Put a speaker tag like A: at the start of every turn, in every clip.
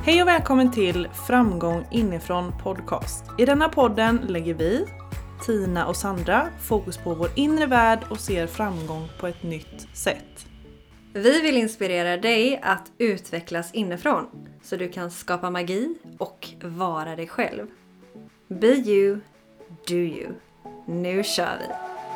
A: Hej och välkommen till Framgång inifrån podcast. I denna podden lägger vi, Tina och Sandra, fokus på vår inre värld och ser framgång på ett nytt sätt.
B: Vi vill inspirera dig att utvecklas inifrån så du kan skapa magi och vara dig själv. Be you, do you. Nu kör vi!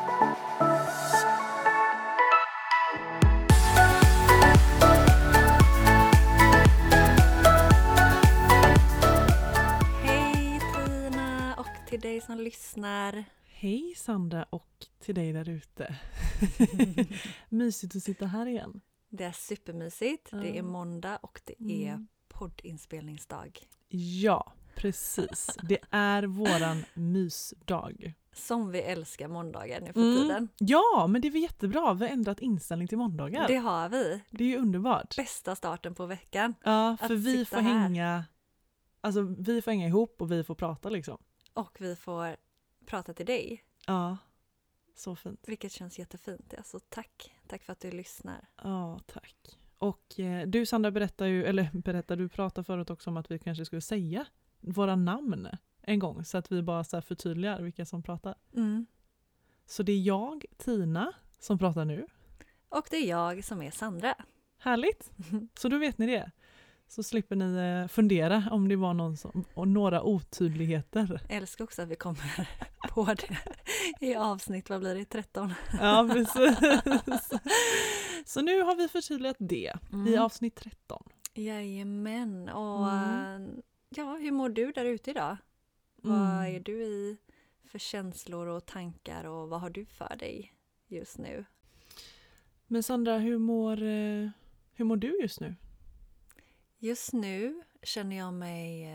B: Hej Tina och till dig som lyssnar.
A: Hej Sandra och till dig där ute. Mysigt att sitta här igen.
B: Det är supermysigt. Det är måndag och det är poddinspelningsdag.
A: Ja, precis. Det är våran mysdag.
B: Som vi älskar måndagar nu för tiden.
A: Ja, men det är väl jättebra. Vi har ändrat inställning till måndagar.
B: Det har vi.
A: Det är ju underbart.
B: Bästa starten på veckan.
A: Ja, för
B: att
A: vi
B: sitta
A: får
B: här.
A: hänga. Alltså vi får hänga ihop och vi får prata liksom.
B: Och vi får prata till dig.
A: Ja, så fint.
B: Vilket känns jättefint. Alltså tack. Tack för att du lyssnar.
A: Ja, tack. Och du Sandra du pratade förut också om att vi kanske skulle säga våra namn en gång. Så att vi bara så här förtydligar vilka som pratar. Så det är jag, Tina, som pratar nu.
B: Och det är jag som är Sandra.
A: Härligt. Så då vet ni det. Så slipper ni fundera om det var några otydligheter.
B: Jag älskar också att vi kommer på det i avsnitt, vad blir det, 13?
A: Ja, precis. Så nu har vi förtydligat det i avsnitt 13.
B: Jajamän. Och ja, hur mår du där ute idag? Vad är du i för känslor och tankar och vad har du för dig just nu?
A: Men Sandra, hur mår du just nu?
B: Just nu känner jag mig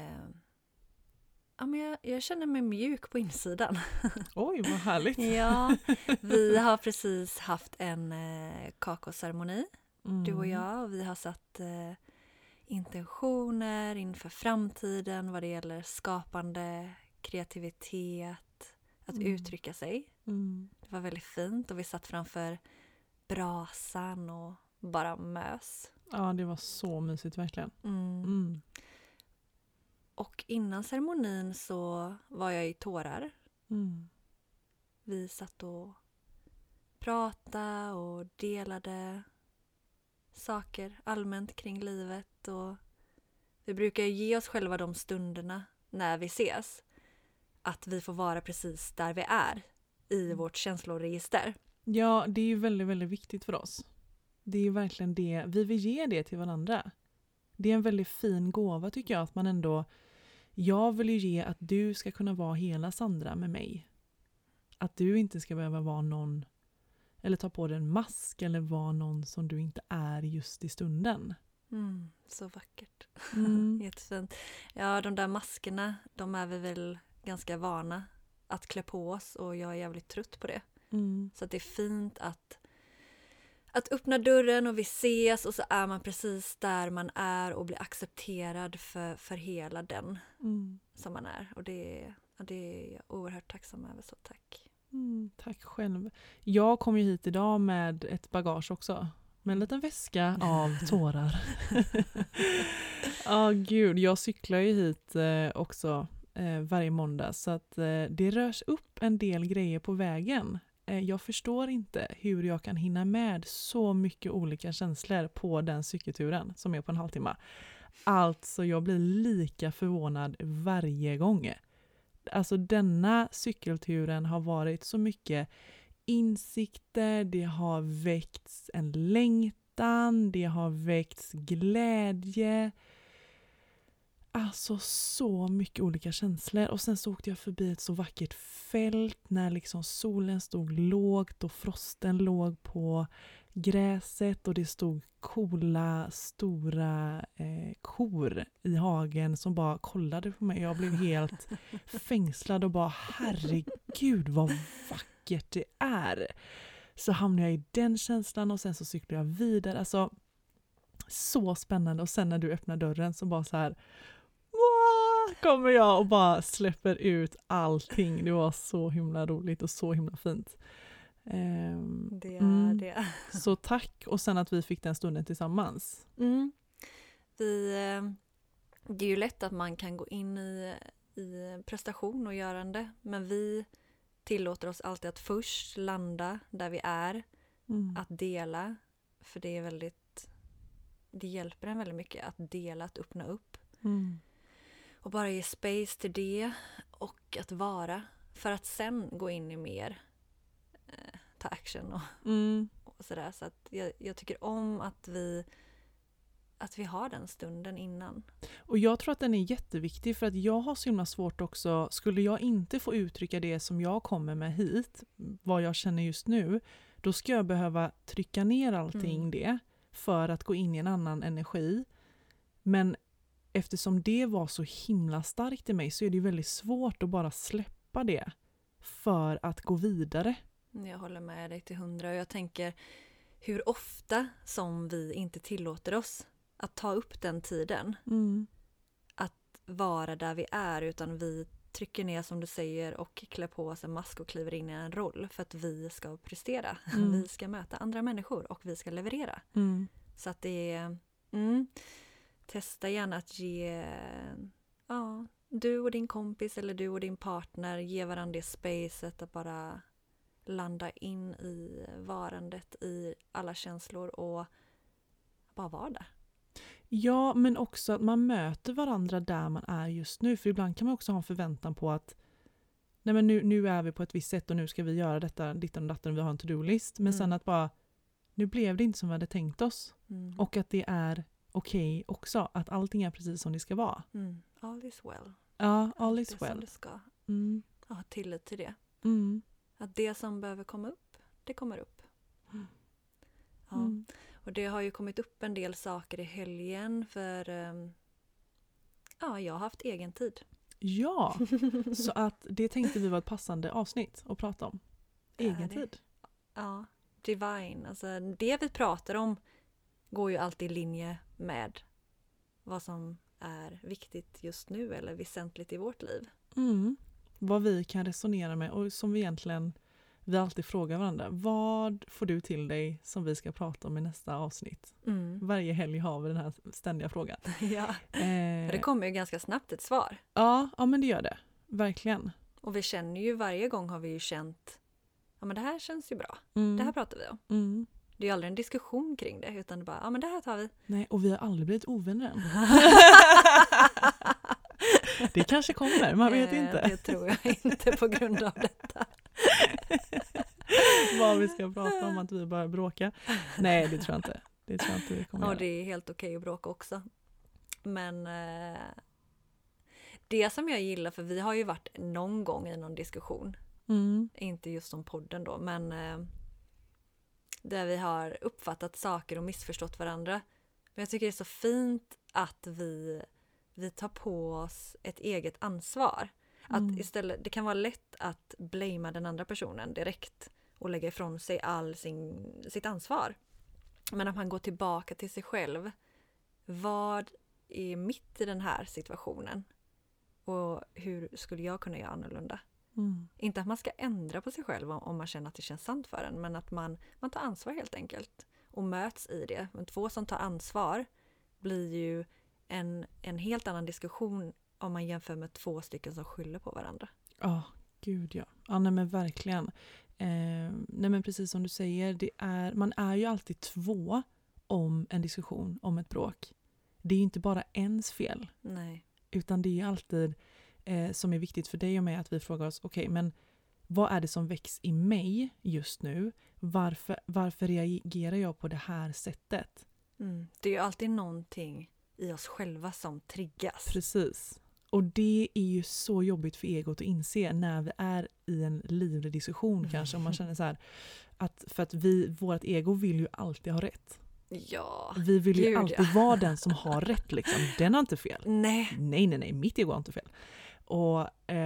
B: jag känner mig mjuk på insidan.
A: Oj, vad härligt.
B: Ja, vi har precis haft en kakaoceremoni, du och jag. Och vi har satt intentioner inför framtiden vad det gäller skapande, kreativitet, att uttrycka sig. Det var väldigt fint och vi satt framför brasan och bara mös.
A: Ja, det var så mysigt verkligen.
B: Och innan ceremonin så var jag i tårar. Vi satt och pratade och delade saker allmänt kring livet. Och vi brukar ge oss själva de stunderna när vi ses. Att vi får vara precis där vi är i vårt känsloregister.
A: Ja, det är ju väldigt, väldigt viktigt för oss. Det är ju verkligen det. Vi vill ge det till varandra. Det är en väldigt fin gåva tycker jag. Att man ändå... Jag vill ju ge att du ska kunna vara hela Sandra med mig. Att du inte ska behöva vara någon... Eller ta på dig en mask. Eller vara någon som du inte är just i stunden.
B: Så vackert. Jättefint. Ja, de där maskerna, de är vi väl ganska vana att klä på oss. Och jag är jävligt trött på det. Så att det är fint att öppna dörren och vi ses och så är man precis där man är och blir accepterad för hela den som man är. Och det är jag oerhört tacksam över, så tack.
A: Tack själv. Jag kom ju hit idag med ett bagage också. Med en liten väska av tårar. Gud, jag cyklar ju hit också varje måndag. Så att det rörs upp en del grejer på vägen. Jag förstår inte hur jag kan hinna med så mycket olika känslor på den cykelturen som är på en halvtimme. Alltså jag blir lika förvånad varje gång. Alltså denna cykelturen har varit så mycket insikter, det har väckts en längtan, det har väckts glädje. Alltså så mycket olika känslor. Och sen så åkte jag förbi ett så vackert fält när liksom solen stod lågt och frosten låg på gräset och det stod coola stora kor i hagen som bara kollade på mig. Jag blev helt fängslad och bara herregud vad vackert det är. Så hamnade jag i den känslan och sen så cyklade jag vidare. Alltså så spännande. Och sen när du öppnar dörren så bara så här kommer jag och bara släpper ut allting. Det var så himla roligt och så himla fint.
B: Det är det.
A: Så tack. Och sen att vi fick den stunden tillsammans.
B: Vi det är ju lätt att man kan gå in i prestation och görande, men vi tillåter oss alltid att först landa där vi är, att dela, för det är det hjälper en väldigt mycket att dela, att öppna upp och bara ge space till det och att vara, för att sen gå in i mer ta action och sådär. Så att jag tycker om att vi har den stunden innan.
A: Och jag tror att den är jätteviktig, för att jag har så himla svårt också, skulle jag inte få uttrycka det som jag kommer med hit, vad jag känner just nu, då ska jag behöva trycka ner allting det för att gå in i en annan energi. Men eftersom det var så himla starkt i mig så är det ju väldigt svårt att bara släppa det för att gå vidare.
B: Jag håller med dig till 100, och jag tänker hur ofta som vi inte tillåter oss att ta upp den tiden. Att vara där vi är, utan vi trycker ner, som du säger, och klär på oss en mask och kliver in i en roll för att vi ska prestera. Vi ska möta andra människor och vi ska leverera. Så att det är testa gärna att ge du och din kompis eller du och din partner, ge varandra det spacet att bara landa in i varandet, i alla känslor och bara vara där.
A: Ja, men också att man möter varandra där man är just nu. För ibland kan man också ha en förväntan på att nej, men nu är vi på ett visst sätt och nu ska vi göra detta, ditten och datten, vi har en to-do-list. Men sen att bara, nu blev det inte som vi hade tänkt oss. Och att det är okej också, att allting är precis som det ska vara.
B: All is well.
A: Ja, all is well.
B: Som det ska. Ha tillit till det. Att det som behöver komma upp, det kommer upp. Ja. Och det har ju kommit upp en del saker i helgen, för jag har haft egen tid.
A: Ja, så att det tänkte vi var ett passande avsnitt att prata om. Egen tid.
B: Ja, divine. Alltså det vi pratar om går ju alltid i linje med vad som är viktigt just nu eller väsentligt i vårt liv.
A: Vad vi kan resonera med och som vi alltid frågar varandra. Vad får du till dig som vi ska prata om i nästa avsnitt? Varje helg har vi den här ständiga frågan.
B: Ja, det kommer ju ganska snabbt ett svar.
A: Ja, men det gör det. Verkligen.
B: Och vi känner ju, varje gång har vi ju känt, ja men det här känns ju bra. Det här pratar vi om. Det är ju aldrig en diskussion kring det, utan det bara, ja men det här tar vi.
A: Nej, och vi har aldrig blivit ovänner än. Det kanske kommer, man vet inte.
B: Det tror jag inte på grund av detta.
A: Vad vi ska prata om, att vi börjar bråka. Nej, det tror jag inte. Det tror jag inte vi kommer
B: göra. Det är helt okej att bråka också. Men det som jag gillar, för vi har ju varit någon gång i någon diskussion. Inte just om podden då, men där vi har uppfattat saker och missförstått varandra. Men jag tycker det är så fint att vi tar på oss ett eget ansvar. Att istället, det kan vara lätt att blamea den andra personen direkt och lägga ifrån sig sitt ansvar. Men att man går tillbaka till sig själv. Vad är mitt i den här situationen? Och hur skulle jag kunna göra annorlunda? Inte att man ska ändra på sig själv om man känner att det känns sant för en, men att man tar ansvar helt enkelt och möts i det. Men 2 som tar ansvar blir ju en helt annan diskussion om man jämför med 2 stycken som skyller på varandra.
A: Ja, gud ja. Ja, nej men verkligen. Nej men precis som du säger, man är ju alltid 2 om en diskussion, om ett bråk. Det är ju inte bara ens fel.
B: Nej.
A: Utan det är ju alltid som är viktigt för dig och mig att vi frågar oss, okej, men vad är det som väcks i mig just nu? Varför reagerar jag på det här sättet?
B: Det är ju alltid någonting i oss själva som triggas.
A: Precis. Och det är ju så jobbigt för egot att inse när vi är i en livlig diskussion kanske. Om man känner så här, för att vårt ego vill ju alltid ha rätt.
B: Ja,
A: vi vill ju alltid vara den som har rätt liksom. Den har inte fel. Nej, mitt ego har inte fel. Och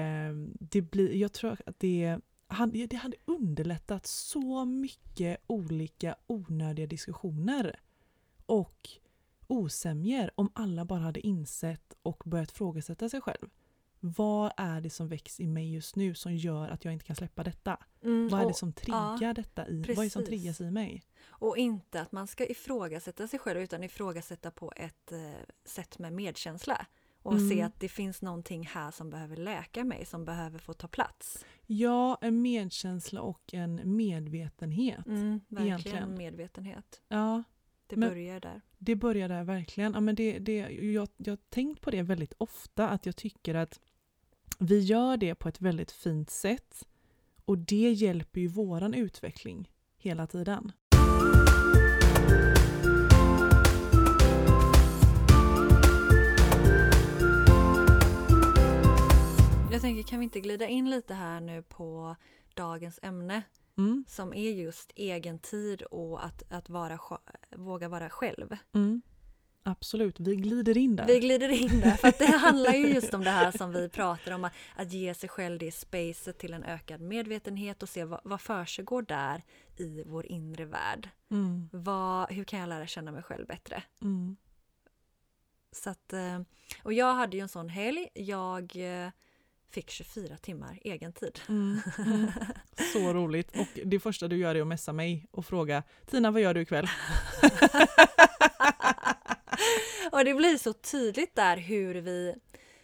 A: jag tror att det hade underlättat så mycket olika onödiga diskussioner och osämjer om alla bara hade insett och börjat frågasätta sig själv. Vad är det som väcks i mig just nu som gör att jag inte kan släppa detta? Vad är det som triggar detta i? Vad är det som triggas i mig?
B: Och inte att man ska ifrågasätta sig själv, utan ifrågasätta på ett sätt med medkänsla. Och se att det finns någonting här som behöver läka mig, som behöver få ta plats.
A: Ja, en medkänsla och en medvetenhet.
B: Verkligen
A: egentligen.
B: Medvetenhet.
A: Ja.
B: Det börjar där.
A: Det börjar där verkligen. Ja, men jag har tänkt på det väldigt ofta, att jag tycker att vi gör det på ett väldigt fint sätt. Och det hjälper ju våran utveckling hela tiden.
B: Jag tänker, kan vi inte glida in lite här nu på dagens ämne? Som är just egen tid och att våga vara själv.
A: Absolut, vi glider in där.
B: Vi glider in där, för att det handlar ju just om det här som vi pratar om. Att ge sig själv det spacet till en ökad medvetenhet och se vad försiggår där i vår inre värld. Hur kan jag lära känna mig själv bättre? Så att, och jag hade ju en sån helg. Jag fick 24 timmar egen tid.
A: Så roligt. Och det första du gör är att messa mig och fråga: Tina, vad gör du ikväll?
B: Och det blir så tydligt där hur vi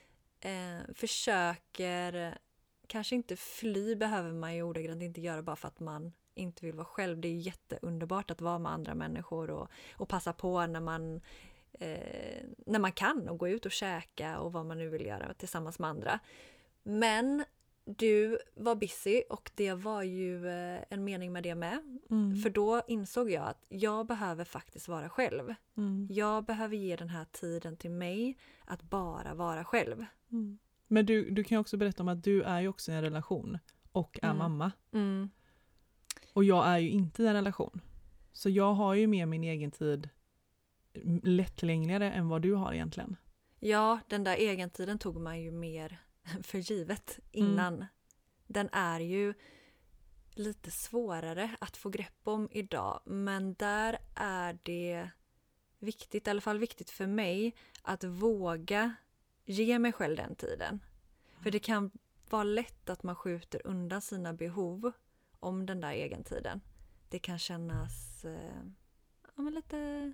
B: försöker, kanske inte fly behöver man ju ordagrant inte göra bara för att man inte vill vara själv. Det är jätteunderbart att vara med andra människor och passa på när man kan och gå ut och käka och vad man nu vill göra tillsammans med andra. Men du var busy och det var ju en mening med det med. För då insåg jag att jag behöver faktiskt vara själv. Jag behöver ge den här tiden till mig att bara vara själv.
A: Men du kan ju också berätta om att du är ju också i en relation och är mamma. Och jag är ju inte i en relation. Så jag har ju mer min egen tid lättillgängligare än vad du har egentligen.
B: Ja, den där egentiden tog man ju mer för givet innan. Den är ju lite svårare att få grepp om idag. Men där är det viktigt, i alla fall viktigt för mig, att våga ge mig själv den tiden. För det kan vara lätt att man skjuter undan sina behov om den där egentiden. Det kan kännas lite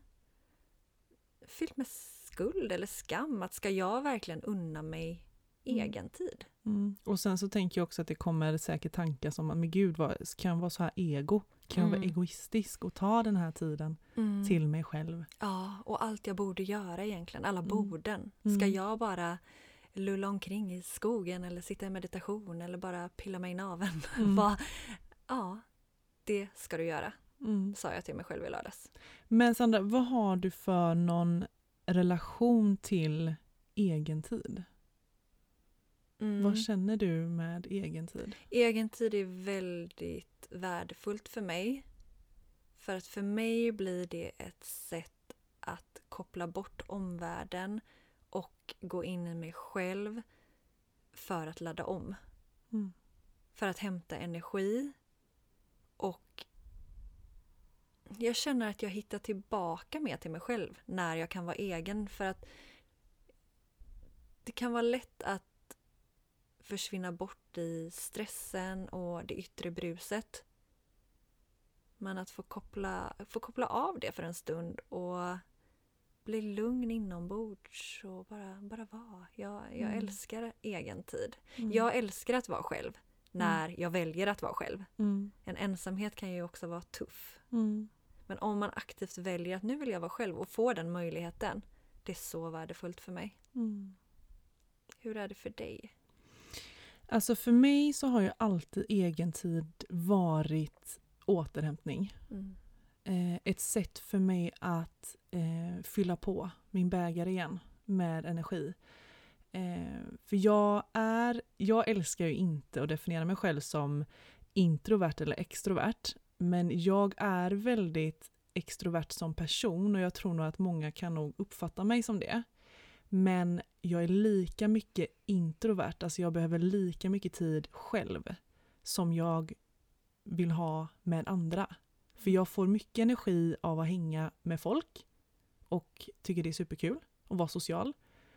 B: fyllt med skuld eller skam. Att ska jag verkligen unna mig egen tid?
A: Och sen så tänker jag också att det kommer säkert tankar som, men gud, kan jag vara så här ego? Kan jag vara egoistisk och ta den här tiden till mig själv?
B: Ja, och allt jag borde göra egentligen, alla borden. Ska jag bara lulla omkring i skogen eller sitta i meditation eller bara pilla mig i naveln? Ja, det ska du göra, sa jag till mig själv i lördags.
A: Men Sandra, vad har du för någon relation till egen tid? Vad känner du med egen tid?
B: Egen tid är väldigt värdefullt för mig. För att för mig blir det ett sätt att koppla bort omvärlden och gå in i mig själv för att ladda om. För att hämta energi. Och jag känner att jag hittar tillbaka mer till mig själv när jag kan vara egen. För att det kan vara lätt att försvinna bort i stressen och det yttre bruset. Men att få koppla av det för en stund och bli lugn inombords och bara vara. Jag älskar egen tid. Jag älskar att vara själv när jag väljer att vara själv. En ensamhet kan ju också vara tuff. Men om man aktivt väljer att nu vill jag vara själv och få den möjligheten, det är så värdefullt för mig. Hur är det för dig?
A: Alltså för mig så har ju alltid egen tid varit återhämtning. Ett sätt för mig att fylla på min bägare igen med energi. För jag älskar ju inte att definiera mig själv som introvert eller extrovert. Men jag är väldigt extrovert som person och jag tror nog att många kan nog uppfatta mig som det. Men jag är lika mycket introvert, alltså jag behöver lika mycket tid själv som jag vill ha med andra. För jag får mycket energi av att hänga med folk och tycker det är superkul att vara social.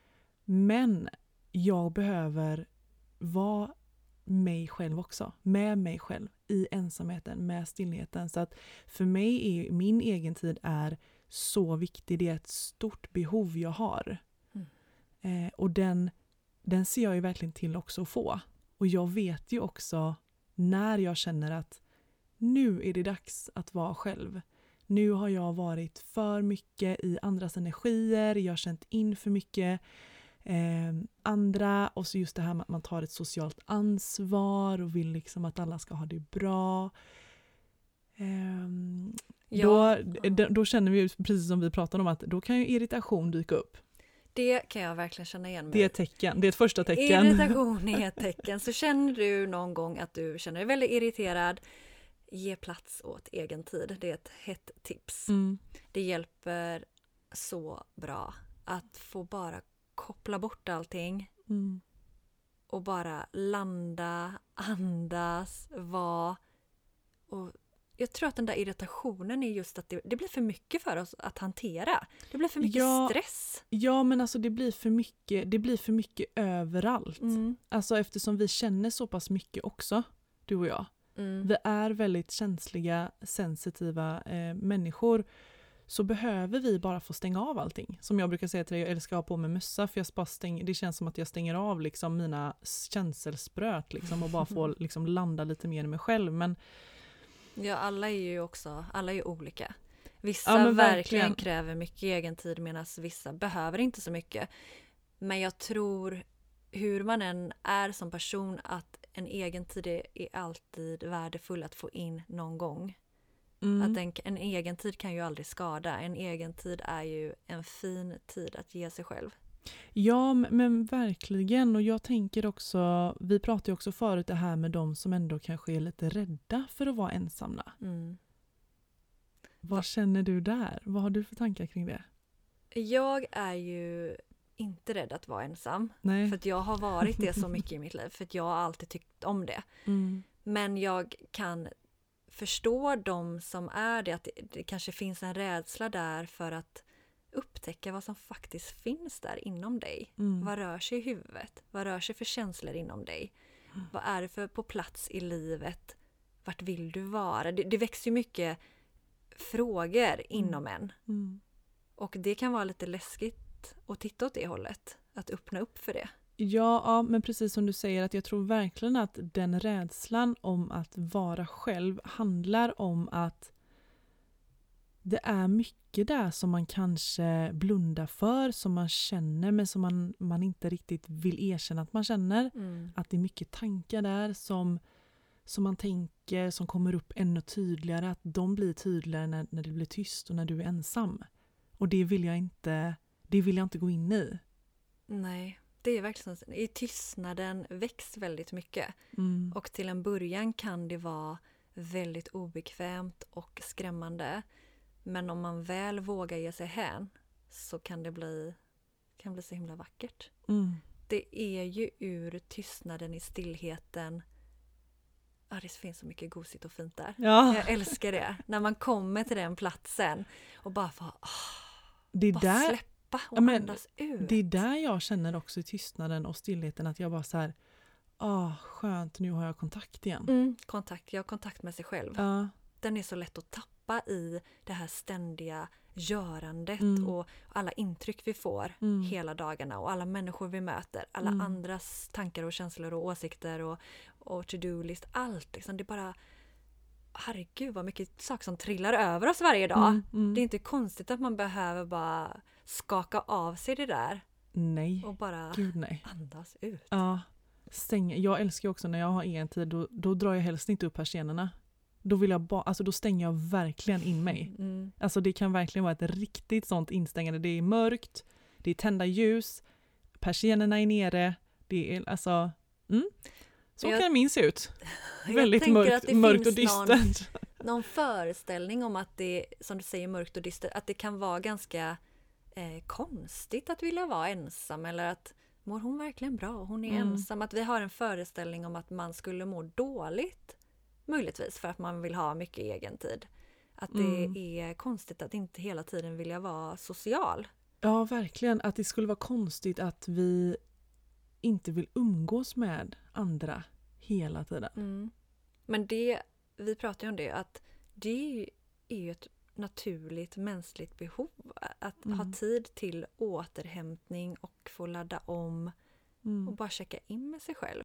A: Men jag behöver vara mig själv också, med mig själv i ensamheten, med stillheten. Så att för mig är min egen tid är så viktig, det är ett stort behov jag har. Och den ser jag ju verkligen till också att få. Och jag vet ju också när jag känner att nu är det dags att vara själv. Nu har jag varit för mycket i andras energier, jag har känt in för mycket andra, och så just det här med att man tar ett socialt ansvar och vill liksom att alla ska ha det bra. Då känner vi ju, precis som vi pratade om, att då kan ju irritation dyka upp.
B: Det kan jag verkligen känna igen mig.
A: Det är ett tecken, det är ett första tecken.
B: Irritation är ett tecken. Så känner du någon gång att du känner dig väldigt irriterad, ge plats åt egen tid. Det är ett hett tips. Det hjälper så bra att få bara koppla bort allting och bara landa, andas, vara. Och jag tror att den där irritationen är just att det blir för mycket för oss att hantera. Det blir för mycket stress. Ja,
A: men alltså det blir för mycket överallt. Alltså eftersom vi känner så pass mycket också, du och jag. Vi är väldigt känsliga, sensitiva människor. Så behöver vi bara få stänga av allting. Som jag brukar säga till dig, jag älskar att ha på mig mössa, för det känns som att jag stänger av liksom mina känselspröt liksom, och bara får liksom landa lite mer i mig själv. Men
B: ja, alla är ju olika. Vissa verkligen kräver mycket egen tid, medan vissa behöver inte så mycket. Men jag tror, hur man än är som person, att en egen tid är alltid värdefull att få in någon gång. Att en egen tid kan ju aldrig skada. En egen tid är ju en fin tid att ge sig själv.
A: Ja, men verkligen. Och jag tänker också, vi pratade ju också förut det här med de som ändå kanske är lite rädda för att vara ensamma. Vad känner du där? Vad har du för tankar kring det?
B: Jag är ju inte rädd att vara ensam.
A: Nej.
B: För att jag har varit det så mycket i mitt liv. För att jag har alltid tyckt om det. Men jag kan förstå de som är det. Att det kanske finns en rädsla där för att upptäcka vad som faktiskt finns där inom dig. Vad rör sig i huvudet? Vad rör sig för känslor inom dig? Vad är det för på plats i livet? Vart vill du vara? Det växer ju mycket frågor inom en. Och det kan vara lite läskigt att titta åt det hållet. Att öppna upp för det.
A: Ja, men precis som du säger, att jag tror verkligen att den rädslan om att vara själv handlar om att det är mycket där som man kanske blundar för, som man känner men som man inte riktigt vill erkänna att man känner. Att det är mycket tankar där som man tänker, som kommer upp ännu tydligare, att de blir tydligare när det blir tyst och när du är ensam. Och det vill jag inte gå in i.
B: Nej, det är verkligen så. I tystnaden väcks väldigt mycket. Och till en början kan det vara väldigt obekvämt och skrämmande. Men om man väl vågar ge sig hän så kan det bli så himla vackert. Det är ju ur tystnaden, i stillheten. Det finns så mycket gosigt och fint där.
A: Ja.
B: Jag älskar det. När man kommer till den platsen och bara får släppa och andas ut.
A: Det är där jag känner också i tystnaden och stillheten att jag bara så här, skönt, nu har jag kontakt igen.
B: Jag har kontakt med sig själv.
A: Ja.
B: Den är så lätt att tappa i det här ständiga görandet och alla intryck vi får hela dagarna och alla människor vi möter, alla andras tankar och känslor och åsikter och to-do-list, allt liksom. Det är bara, herregud vad mycket saker som trillar över oss varje dag. Det är inte konstigt att man behöver bara skaka av sig det där.
A: Nej.
B: Och bara andas ut.
A: Ja. Jag älskar också när jag har egen tid, då drar jag helst inte upp persiennerna. Då vill jag då stänger jag verkligen in mig. Alltså det kan verkligen vara ett riktigt sånt instängande. Det är mörkt, det är tända ljus, persiennerna är nere, det är alltså så kan min se ut. Väldigt mörkt och dystert.
B: Någon föreställning om att det, som du säger, mörkt och dystert, att det kan vara ganska konstigt att vilja vara ensam, eller att mår hon verkligen bra? Hon är ensam. Att vi har en föreställning om att man skulle må dåligt. Möjligtvis för att man vill ha mycket egen tid. Att det är konstigt att inte hela tiden vilja vara social.
A: Ja, verkligen. Att det skulle vara konstigt att vi inte vill umgås med andra hela tiden.
B: Men vi pratar ju om det, att det är ju ett naturligt mänskligt behov. Att ha tid till återhämtning och få ladda om och bara checka in med sig själv.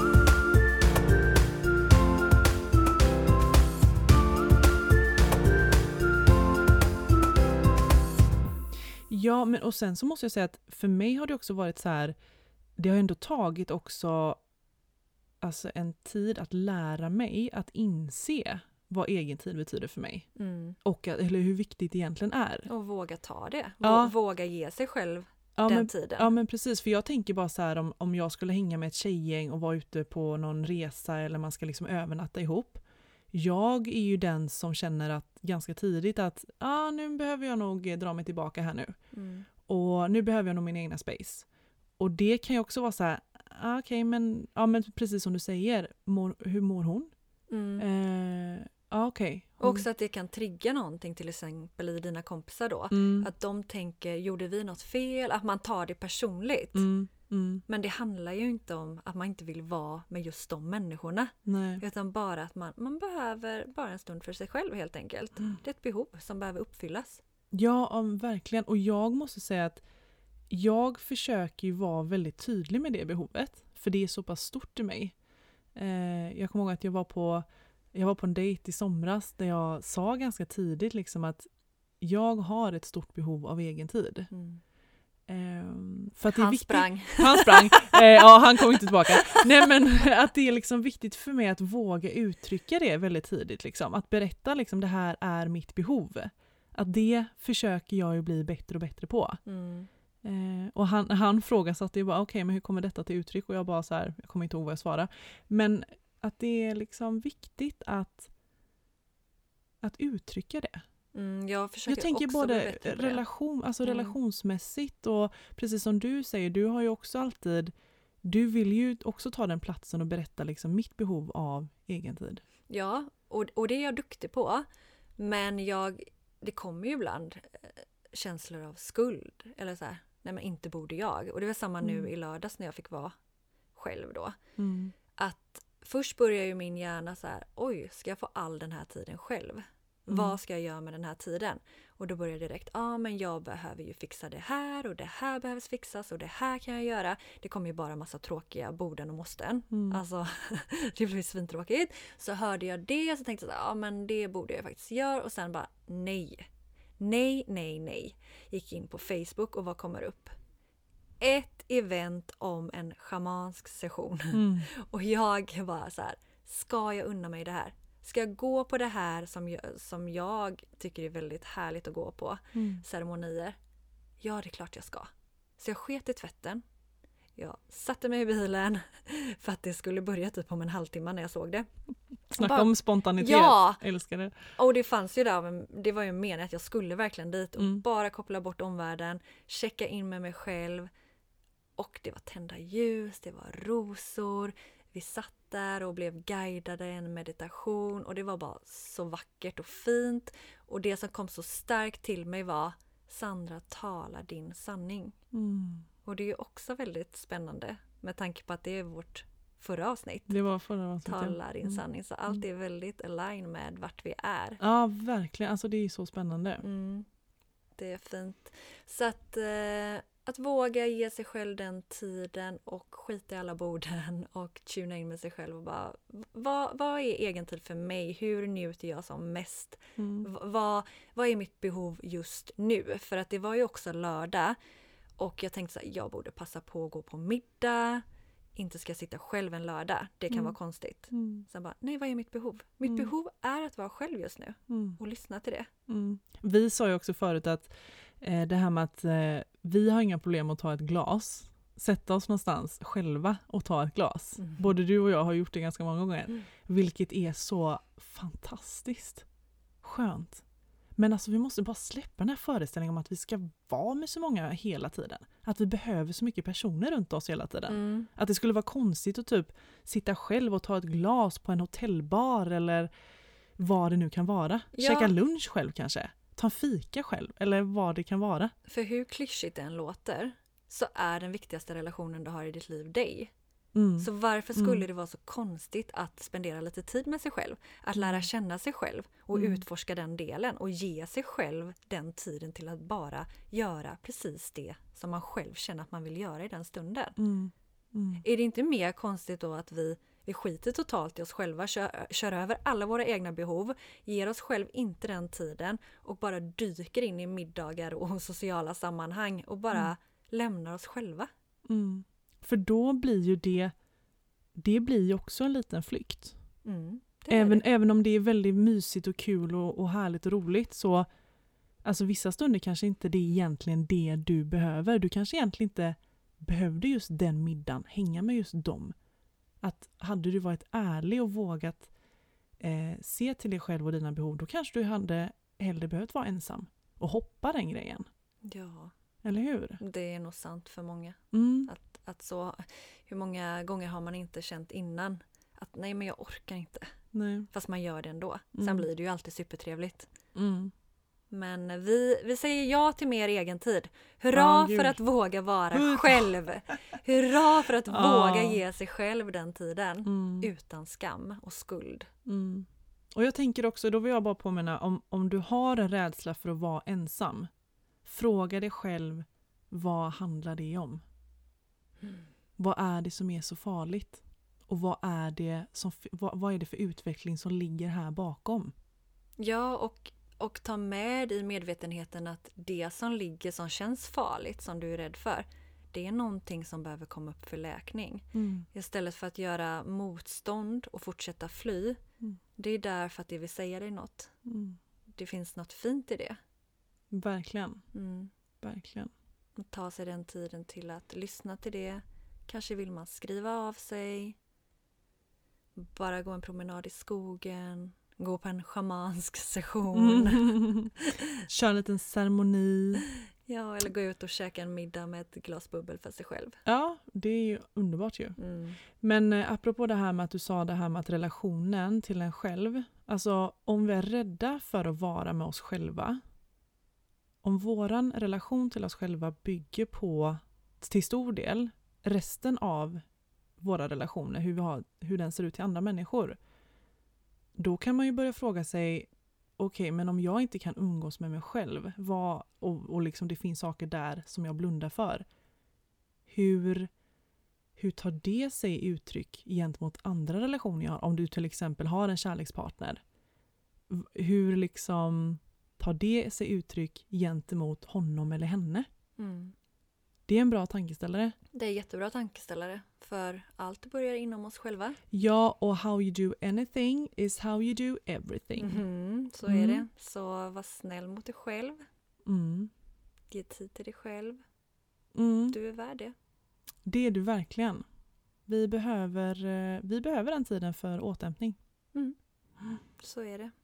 A: Ja, men och sen så måste jag säga att för mig har det också varit så här, det har ändå tagit också alltså en tid att lära mig att inse vad egen tid betyder för mig. Och eller hur viktigt det egentligen är.
B: Och våga ta det.
A: Ja.
B: Våga ge sig själv den tiden.
A: Ja, men precis. För jag tänker bara så här, om jag skulle hänga med ett tjejgäng och vara ute på någon resa eller man ska liksom övernatta ihop. Jag är ju den som känner att ganska tidigt att nu behöver jag nog dra mig tillbaka här nu. Och nu behöver jag nog min egna space. Och det kan ju också vara så här, okej, men precis som du säger, hur mår hon? Okej.
B: Också att det kan trigga någonting till exempel i dina kompisar då. Att de tänker, gjorde vi något fel? Att man tar det personligt. Men det handlar ju inte om att man inte vill vara med just de människorna.
A: Nej.
B: Utan bara att man behöver bara en stund för sig själv helt enkelt. Det är ett behov som behöver uppfyllas.
A: Ja, verkligen. Och jag måste säga att jag försöker ju vara väldigt tydlig med det behovet. För det är så pass stort i mig. Jag kommer ihåg att jag var på en dejt i somras där jag sa ganska tidigt liksom att jag har ett stort behov av egen tid. För att
B: Han sprang.
A: Ja, han kom inte tillbaka. Nej, men att det är liksom viktigt för mig att våga uttrycka det väldigt tidigt. Liksom. Att berätta liksom, det här är mitt behov. Att det försöker jag ju bli bättre och bättre på. Och han frågasatte ju bara, okej, men hur kommer detta till uttryck? Och jag bara så här, jag kommer inte ihåg vad jag svarade. Men att det är liksom viktigt att uttrycka det.
B: Jag
A: tänker både relationsmässigt och precis som du säger, du har ju också alltid, du vill ju också ta den platsen och berätta liksom mitt behov av egen tid.
B: Ja, och det är jag duktig på. Men det kommer ju ibland känslor av skuld. Eller så här, nej men inte borde jag. Och det var samma nu i lördags när jag fick vara själv då. Att först börjar ju min hjärna så här, oj, ska jag få all den här tiden själv? Vad ska jag göra med den här tiden? Och då börjar det direkt, men jag behöver ju fixa det här och det här behöver fixas och det här kan jag göra. Det kommer ju bara massa tråkiga borden och måsten. Alltså, det blir svintråkigt. Så hörde jag det och så tänkte jag, men det borde jag faktiskt göra. Och sen bara, nej. Gick in på Facebook och vad kommer upp? Ett event om en schamansk session. Och jag var så här, ska jag unna mig det här? Ska jag gå på det här som jag tycker är väldigt härligt att gå på? Ceremonier. Ja, det är klart jag ska. Så jag sket i tvätten. Jag satte mig i bilen för att det skulle börja typ om en halvtimme när jag såg det.
A: Snacka om spontanitet.
B: Ja!
A: Älskar det.
B: Och det fanns ju där, men det var ju meningen att jag skulle verkligen dit och bara koppla bort omvärlden, checka in med mig själv. Och det var tända ljus, det var rosor. Vi satt där och blev guidade i en meditation och det var bara så vackert och fint. Och det som kom så starkt till mig var, Sandra, tala din sanning. Och det är ju också väldigt spännande med tanke på att det är vårt förra avsnitt.
A: Det var förra avsnittet.
B: Tala din sanning. Så allt är väldigt align med vart vi är.
A: Ja, verkligen. Alltså det är så spännande.
B: Det är fint. Så att våga ge sig själv den tiden och skita i alla borden och tuna in med sig själv och bara, vad är egen tid för mig? Hur njuter jag som mest? Vad är mitt behov just nu? För att det var ju också lördag och jag tänkte så här, jag borde passa på att gå på middag. Inte ska jag sitta själv en lördag. Det kan vara konstigt. Sen bara, nej, vad är mitt behov? Mitt behov är att vara själv just nu och lyssna till det.
A: Vi sa ju också förut att det här med att vi har inga problem att ta ett glas. Sätta oss någonstans själva och ta ett glas. Både du och jag har gjort det ganska många gånger. Vilket är så fantastiskt skönt. Men alltså vi måste bara släppa den här föreställningen om att vi ska vara med så många hela tiden. Att vi behöver så mycket personer runt oss hela tiden. Att det skulle vara konstigt att typ sitta själv och ta ett glas på en hotellbar eller vad det nu kan vara.
B: Ja.
A: Käka lunch själv kanske. Ta en fika själv eller vad det kan vara.
B: För hur klyschigt det än låter så är den viktigaste relationen du har i ditt liv dig. Så varför skulle det vara så konstigt att spendera lite tid med sig själv? Att lära känna sig själv och utforska den delen och ge sig själv den tiden till att bara göra precis det som man själv känner att man vill göra i den stunden. Är det inte mer konstigt då att vi skiter totalt i oss själva, kör över alla våra egna behov, ger oss själv inte den tiden och bara dyker in i middagar och sociala sammanhang och bara lämnar oss själva?
A: För då blir ju det blir ju också en liten flykt. Även om det är väldigt mysigt och kul och härligt och roligt, så alltså vissa stunder kanske inte det är egentligen det du behöver. Du kanske egentligen inte behövde just den middagen, hänga med just dem. Att hade du varit ärlig och vågat se till dig själv och dina behov, då kanske du hade hellre behövt vara ensam och hoppa den grejen.
B: Ja.
A: Eller hur?
B: Det är nog sant för många. Att så, hur många gånger har man inte känt innan att nej, men jag orkar inte.
A: Nej.
B: Fast man gör det ändå. Sen blir det ju alltid supertrevligt.
A: Mm.
B: Men vi säger ja till mer egen tid. Hurra för att våga vara själv. Hurra för att våga ge sig själv den tiden. Utan skam och skuld.
A: Och jag tänker också, då vill jag bara påminna, om du har en rädsla för att vara ensam, fråga dig själv, vad handlar det om? Vad är det som är så farligt? Och vad är det för utveckling som ligger här bakom?
B: Ja, och ta med i medvetenheten att det som känns farligt, som du är rädd för, det är någonting som behöver komma upp för läkning. Istället för att göra motstånd och fortsätta fly. Det är därför att det vill säga dig något. Det finns något fint i det.
A: Verkligen. Verkligen.
B: Och ta sig den tiden till att lyssna till det. Kanske vill man skriva av sig. Bara gå en promenad i skogen. Gå på en schamansk session.
A: Kör en liten ceremoni.
B: Ja, eller gå ut och käka en middag med ett glas bubbel för sig själv.
A: Ja, det är ju underbart ju. Men apropå det här med att du sa det här med att relationen till en själv. Alltså om vi är rädda för att vara med oss själva. Om våran relation till oss själva bygger på till stor del resten av våra relationer, hur den ser ut till andra människor. Då kan man ju börja fråga sig, okej, men om jag inte kan umgås med mig själv, och liksom det finns saker där som jag blundar för, hur tar det sig uttryck gentemot andra relationer jag har? Om du till exempel har en kärlekspartner, hur liksom tar det sig uttryck gentemot honom eller henne? Det är en bra tankeställare. Det är
B: jättebra tankeställare, för allt börjar inom oss själva.
A: Ja, och how you do anything is how you do everything.
B: Så är det. Så var snäll mot dig själv. Ge tid till dig själv. Du är värd det.
A: Det är du verkligen. Vi behöver den tiden för återhämtning.
B: Så är det.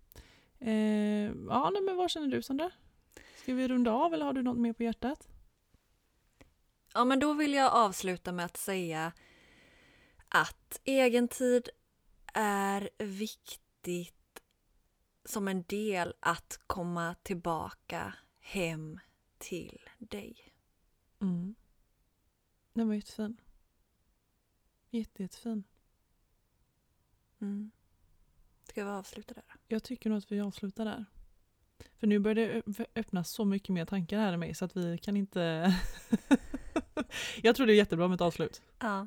A: Men vad känner du, Sandra? Ska vi runda av eller har du något mer på hjärtat?
B: Ja, men då vill jag avsluta med att säga att egentid är viktigt som en del att komma tillbaka hem till dig.
A: Den var jättefin. Jättefin.
B: Ska vi avsluta där?
A: Jag tycker nog att vi avslutar där. För nu börjar det öppna så mycket mer tankar här i mig så att vi kan inte... Jag tror det är jättebra med ett avslut.
B: Ja.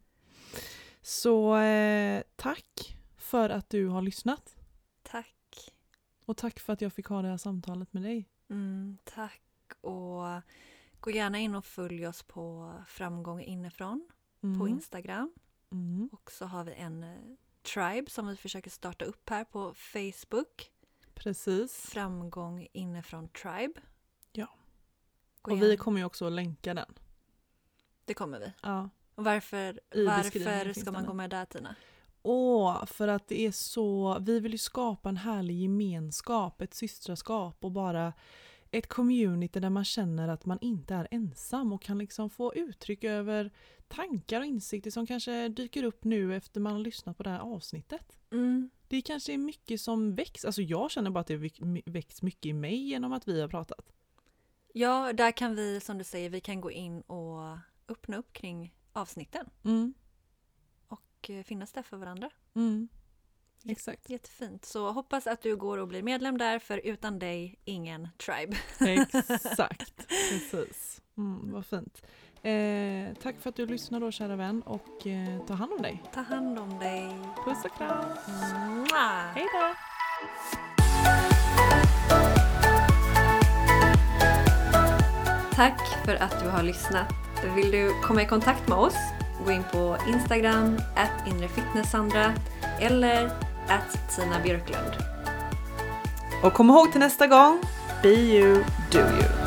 A: Så tack för att du har lyssnat.
B: Tack.
A: Och tack för att jag fick ha det här samtalet med dig.
B: Tack. Och gå gärna in och följ oss på Framgång inifrån på Instagram. Och så har vi en tribe som vi försöker starta upp här på Facebook.
A: Precis.
B: Framgång inifrån tribe.
A: Ja. Och vi kommer ju också att länka den.
B: Det kommer vi.
A: Ja.
B: Och varför ska man gå med där, Tina?
A: För att det är så... Vi vill ju skapa en härlig gemenskap, ett systraskap och bara ett community där man känner att man inte är ensam och kan liksom få uttryck över tankar och insikter som kanske dyker upp nu efter man har lyssnat på det här avsnittet. Det kanske är mycket som väcks. Alltså jag känner bara att det väcks mycket i mig genom att vi har pratat.
B: Ja, där kan vi, som du säger, vi kan gå in och öppna upp kring avsnitten. och finnas där för varandra.
A: Exakt.
B: Jättefint. Så hoppas att du går och blir medlem där, för utan dig ingen tribe.
A: Exakt, precis. Vad fint. Tack för att du lyssnar då, kära vän, och ta hand om dig.
B: Ta hand om dig.
A: Puss och kram.
B: Hej då. Tack för att du har lyssnat. Vill du komma i kontakt med oss? Gå in på Instagram @inrefitnesssandra eller @Tina Björklund.
A: Och kom ihåg till nästa gång, be you, do you.